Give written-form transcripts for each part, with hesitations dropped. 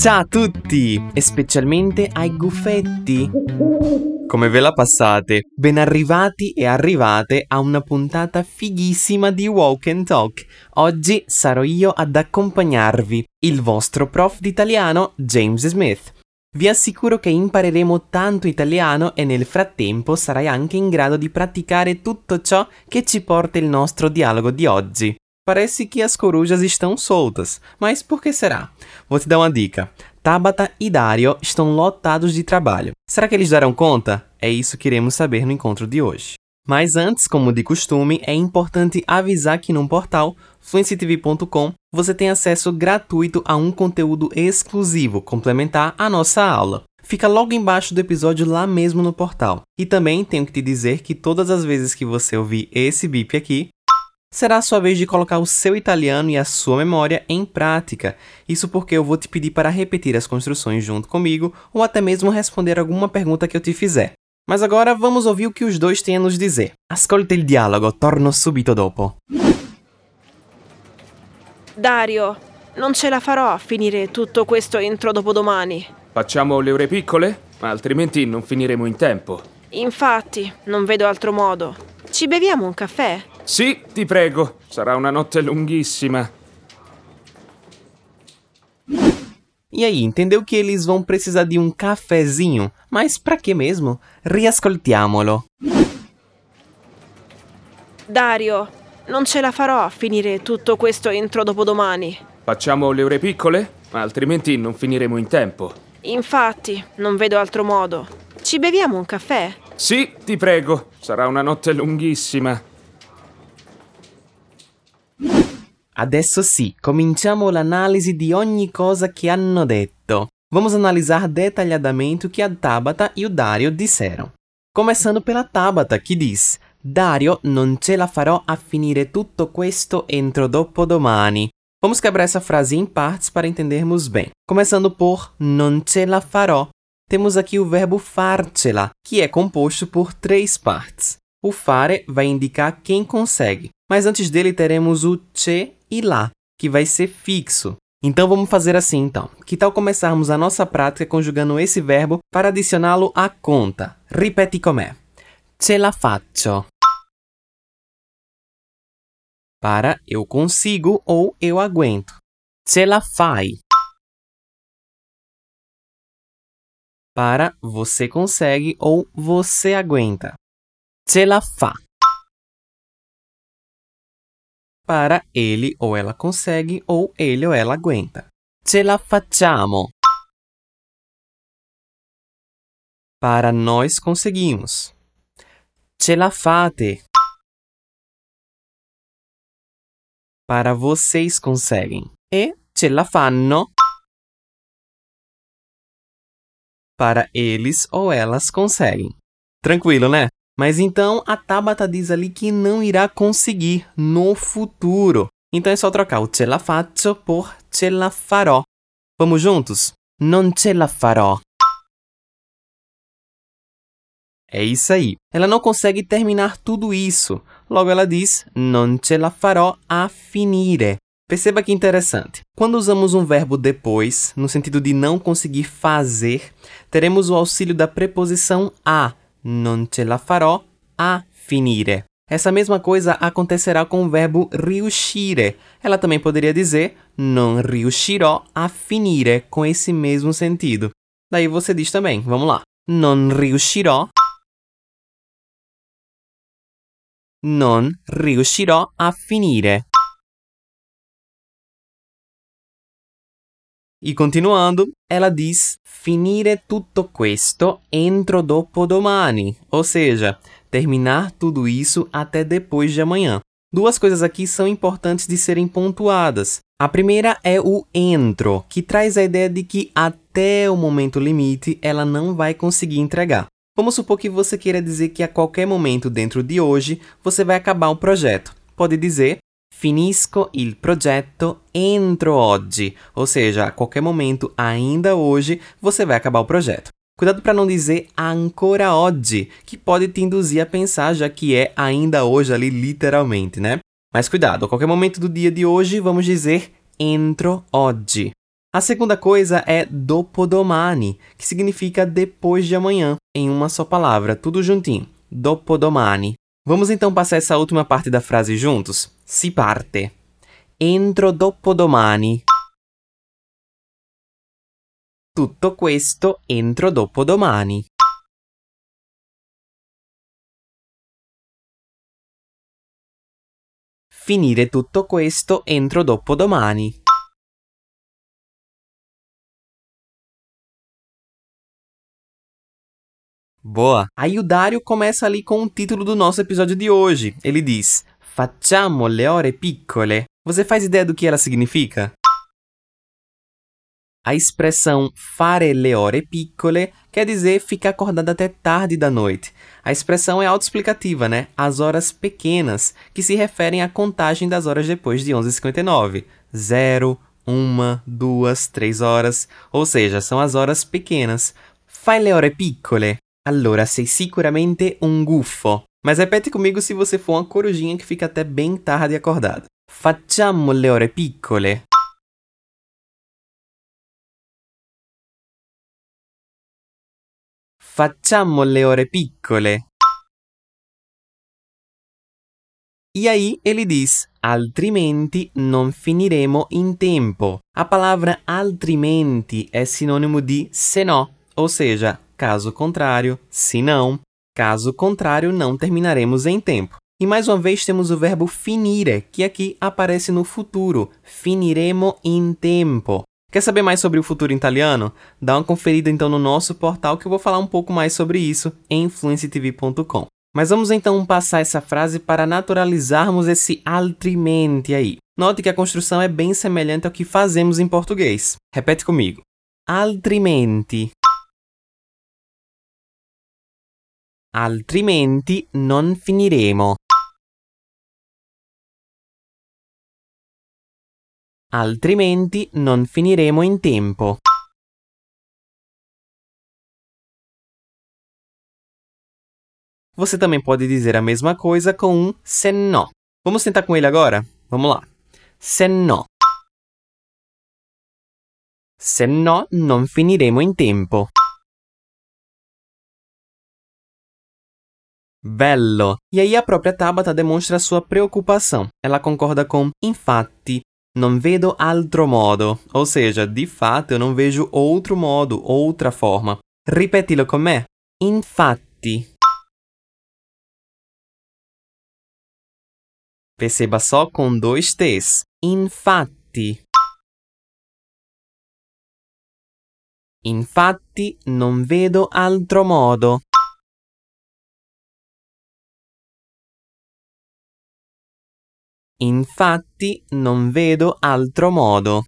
Ciao a tutti, e specialmente ai guffetti. Come ve la passate? Ben arrivati e arrivate a una puntata fighissima di Walk and Talk. Oggi sarò io ad accompagnarvi, il vostro prof di italiano James Smith. Vi assicuro che impareremo tanto italiano e nel frattempo sarai anche in grado di praticare tutto ciò che ci porta il nostro dialogo di oggi. Parece que as corujas estão soltas, mas por que será? Vou te dar uma dica. Tabata e Dario estão lotados de trabalho. Será que eles darão conta? É isso que iremos saber no encontro de hoje. Mas antes, como de costume, é importante avisar que no portal fluencytv.com você tem acesso gratuito a um conteúdo exclusivo complementar à nossa aula. Fica logo embaixo do episódio lá mesmo no portal. E também tenho que te dizer que todas as vezes que você ouvir esse bip aqui, será a sua vez de colocar o seu italiano e a sua memória em prática. Isso porque eu vou te pedir para repetir as construções junto comigo ou até mesmo responder alguma pergunta que eu te fizer. Mas agora vamos ouvir o que os dois têm a nos dizer. Ascolta il dialogo, torno subito dopo. Dario, non ce la farò a finire tutto questo entro dopodomani. Facciamo le ore piccole? Altrimenti non finiremo in tempo. Infatti, non vedo altro modo. Ci beviamo un caffè? Sì, ti prego, sarà una notte lunghissima. E aí, entendeu que eles vão precisar de um cafezinho? Mas pra que mesmo? Riascoltiamolo. Dario, non ce la farò a finire tutto questo entro dopodomani. Facciamo le ore piccole? Altrimenti non finiremo in tempo. Infatti, non vedo altro modo. Ci beviamo un caffè? Sì, ti prego, sarà una notte lunghissima. Adesso sì, cominciamo l'analisi di ogni cosa che hanno detto. Vamos analisar detalhadamente o que a Tabata e o Dario disseram. Começando pela Tabata, que diz: Dario, non ce la farò a finire tutto questo entro dopodomani. Vamos quebrar essa frase em partes para entendermos bem. Começando por non ce la farò, temos aqui o verbo farcela, que é composto por 3 partes. O fare vai indicar quem consegue, mas antes dele teremos o ce e lá, que vai ser fixo. Então vamos fazer assim então. Que tal começarmos a nossa prática conjugando esse verbo para adicioná-lo à conta? Ripeti com'è. Ce la faccio. Para eu consigo ou eu aguento. Ce la fai. Para você consegue ou você aguenta. Ce la fa. Para ele ou ela consegue ou ele ou ela aguenta. Ce la facciamo. Para nós conseguimos. Ce la fate. Para vocês conseguem. E ce la fanno. Para eles ou elas conseguem. Tranquilo, né? Mas então a Tabata diz ali que não irá conseguir no futuro. Então é só trocar o ce la faccio por ce la farò. Vamos juntos? Non ce la farò. É isso aí. Ela não consegue terminar tudo isso. Logo ela diz non ce la farò a finire. Perceba que interessante. Quando usamos um verbo depois, no sentido de não conseguir fazer, teremos o auxílio da preposição a. Non ce la farò a finire. Essa mesma coisa acontecerá com o verbo riuscire. Ela também poderia dizer non riuscirò a finire, com esse mesmo sentido. Daí você diz também, vamos lá. Non riuscirò a finire. E continuando, ela diz finire tutto questo entro dopodomani, ou seja, terminar tudo isso até depois de amanhã. Duas coisas aqui são importantes de serem pontuadas. A primeira é o entro, que traz a ideia de que até o momento limite ela não vai conseguir entregar. Vamos supor que você queira dizer que a qualquer momento dentro de hoje você vai acabar o projeto. Pode dizer finisco il progetto entro oggi, ou seja, a qualquer momento, ainda hoje, você vai acabar o projeto. Cuidado para não dizer ancora oggi, que pode te induzir a pensar, já que é ainda hoje ali literalmente, né? Mas cuidado, a qualquer momento do dia de hoje, vamos dizer entro oggi. A segunda coisa é dopodomani, que significa depois de amanhã, em uma só palavra, tudo juntinho. Dopodomani. Vamos então passar essa última parte da frase juntos? Si parte. Entro dopodomani. Tutto questo entro dopodomani. Finire tutto questo entro dopodomani. Boa! Aí o Dario começa ali com o título do nosso episódio de hoje. Ele diz: Facciamo le ore piccole. Você faz ideia do que ela significa? A expressão fare le ore piccole quer dizer ficar acordado até tarde da noite. A expressão é autoexplicativa, né? As horas pequenas, que se referem à contagem das horas depois de 11h59. 0, 1, 2, 3 horas. Ou seja, são as horas pequenas. Fai le ore piccole. Allora sei sicuramente un gufo. Mas repete comigo se você for uma corujinha que fica até bem tarde acordado. Facciamo le ore piccole. Facciamo le ore piccole. E aí ele diz, altrimenti non finiremo in tempo. A palavra altrimenti é sinônimo de se no, ou seja, caso contrário, se não. Caso contrário, não terminaremos em tempo. E mais uma vez temos o verbo finire, que aqui aparece no futuro. Finiremo in tempo. Quer saber mais sobre o futuro italiano? Dá uma conferida então no nosso portal que eu vou falar um pouco mais sobre isso em fluencytv.com. Mas vamos então passar essa frase para naturalizarmos esse altrimenti aí. Note que a construção é bem semelhante ao que fazemos em português. Repete comigo. Altrimenti. Altrimenti non finiremo. Altrimenti non finiremo in tempo. Você também pode dizer a mesma coisa com um se no. Vamos tentar com ele agora? Vamos lá. Se no. Se no, non finiremo in tempo. Bello! E aí a própria Tabata demonstra sua preocupação. Ela concorda com infatti, non vedo altro modo. Ou seja, de fato eu não vejo outro modo, outra forma. Ripetilo con me. Infatti. Perceba só com 2 T's. Infatti. Infatti non vedo altro modo. Infatti non vedo altro modo.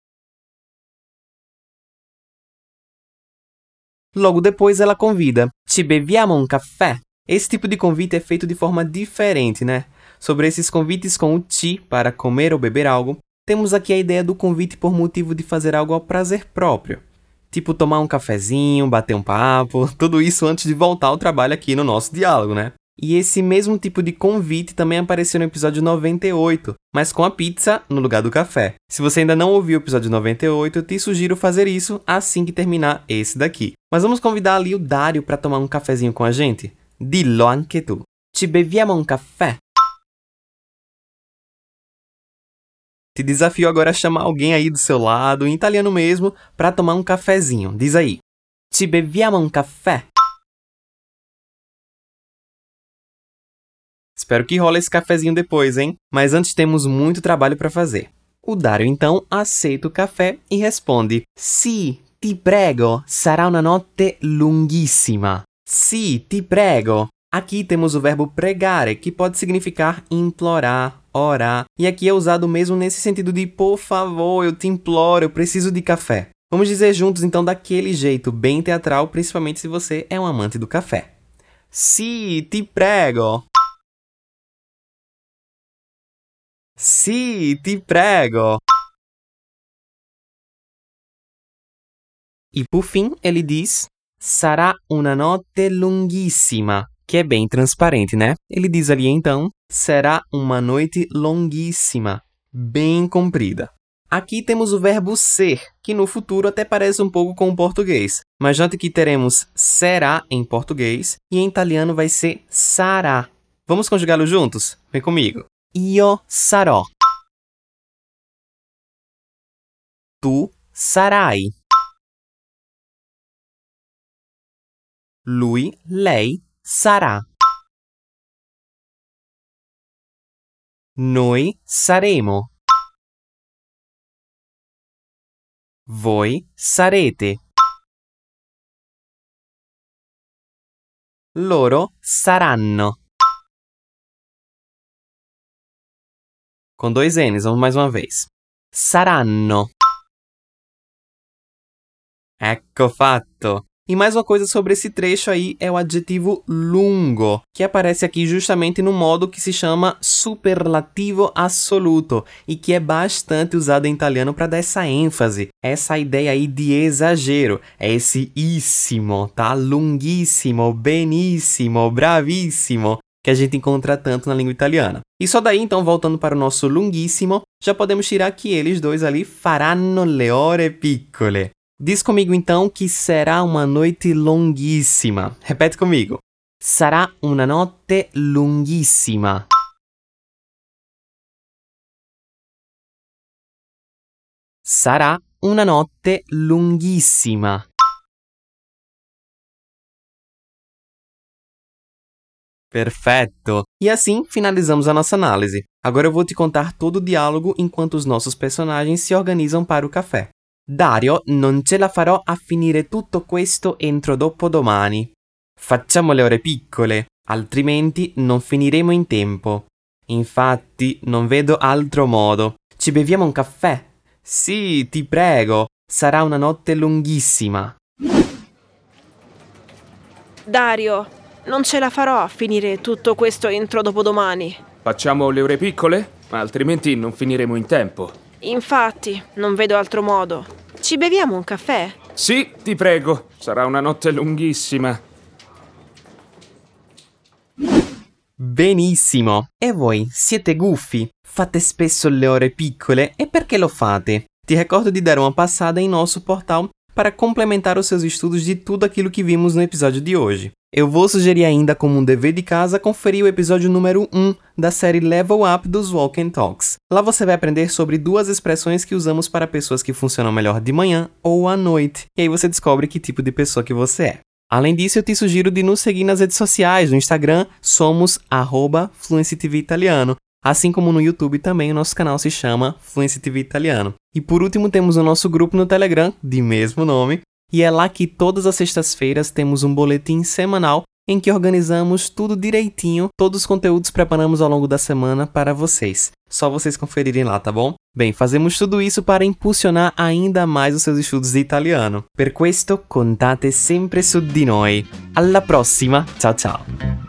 Logo depois ela convida. Ci beviamo un caffè? Esse tipo de convite é feito de forma diferente, né? Sobre esses convites com o ci, para comer ou beber algo, temos aqui a ideia do convite por motivo de fazer algo ao prazer próprio. Tipo tomar um cafezinho, bater um papo, tudo isso antes de voltar ao trabalho aqui no nosso diálogo, né? E esse mesmo tipo de convite também apareceu no episódio 98, mas com a pizza no lugar do café. Se você ainda não ouviu o episódio 98, eu te sugiro fazer isso assim que terminar esse daqui. Mas vamos convidar ali o Dario para tomar um cafezinho com a gente? Dillo anche tu. Ci beviamo un caffè? Te desafio agora a chamar alguém aí do seu lado, em italiano mesmo, para tomar um cafezinho. Diz aí. Ci beviamo un caffè? Espero que role esse cafezinho depois, hein? Mas antes temos muito trabalho para fazer. O Dario então aceita o café e responde: Sì, ti prego, sarà una notte lunghissima. Sì, ti prego. Aqui temos o verbo pregare, que pode significar implorar, orar. E aqui é usado mesmo nesse sentido de por favor, eu te imploro, eu preciso de café. Vamos dizer juntos então daquele jeito bem teatral, principalmente se você é um amante do café. Sì, ti prego. Sì, ti prego. E por fim, ele diz: sarà una notte lunghissima, que é bem transparente, né? Ele diz ali então: será uma noite longuíssima, bem comprida. Aqui temos o verbo ser, que no futuro até parece um pouco com o português. Mas note que teremos será em português e em italiano vai ser sarà. Vamos conjugá-lo juntos? Vem comigo. Io sarò. Tu sarai. Lui, lei sarà. Noi saremo. Voi sarete. Loro saranno. Com 2 N's, vamos mais uma vez. Saranno. Ecco fatto. E mais uma coisa sobre esse trecho aí é o adjetivo lungo, que aparece aqui justamente no modo que se chama superlativo assoluto e que é bastante usado em italiano para dar essa ênfase, essa ideia aí de exagero, é esse issimo, tá? Lunghissimo, benissimo, bravissimo, que a gente encontra tanto na língua italiana. E só daí, então, voltando para o nosso lunghissimo, já podemos tirar que eles dois ali faranno le ore piccole. Diz comigo então que será uma noite longuíssima. Repete comigo. Sarà una notte lunghissima. Sarà una notte lunghissima. Perfetto! E assim finalizamos a nossa análise. Agora eu vou te contar todo o diálogo enquanto os nossos personagens se organizam para o café. Dario, non ce la farò a finire tutto questo entro dopodomani. Facciamo le ore piccole, altrimenti non finiremo in tempo. Infatti, non vedo altro modo. Ci beviamo un caffè? Sì, ti prego. Sarà una notte lunghissima. Dario, non ce la farò a finire tutto questo entro dopodomani. Facciamo le ore piccole? Altrimenti non finiremo in tempo. Infatti, non vedo altro modo. Ci beviamo un caffè? Sì, ti prego. Sarà una notte lunghissima. Benissimo! E voi, siete gufi? Fate spesso le ore piccole? E perché lo fate? Ti ricordo di dare uma passada em nosso portal para complementar os seus estudos de tudo aquilo que vimos no episódio de hoje. Eu vou sugerir ainda como um dever de casa conferir o episódio número 1 da série Level Up dos Walk and Talks. Lá você vai aprender sobre 2 expressões que usamos para pessoas que funcionam melhor de manhã ou à noite. E aí você descobre que tipo de pessoa que você é. Além disso, eu te sugiro de nos seguir nas redes sociais. No Instagram, somos @FluencyTVItaliano. Assim como no YouTube também o nosso canal se chama Fluency TV Italiano. E por último temos o nosso grupo no Telegram, de mesmo nome, e é lá que todas as sextas-feiras temos um boletim semanal em que organizamos tudo direitinho, todos os conteúdos preparamos ao longo da semana para vocês. Só vocês conferirem lá, tá bom? Bem, fazemos tudo isso para impulsionar ainda mais os seus estudos de italiano. Per questo, contate sempre su di noi. Alla prossima, ciao ciao!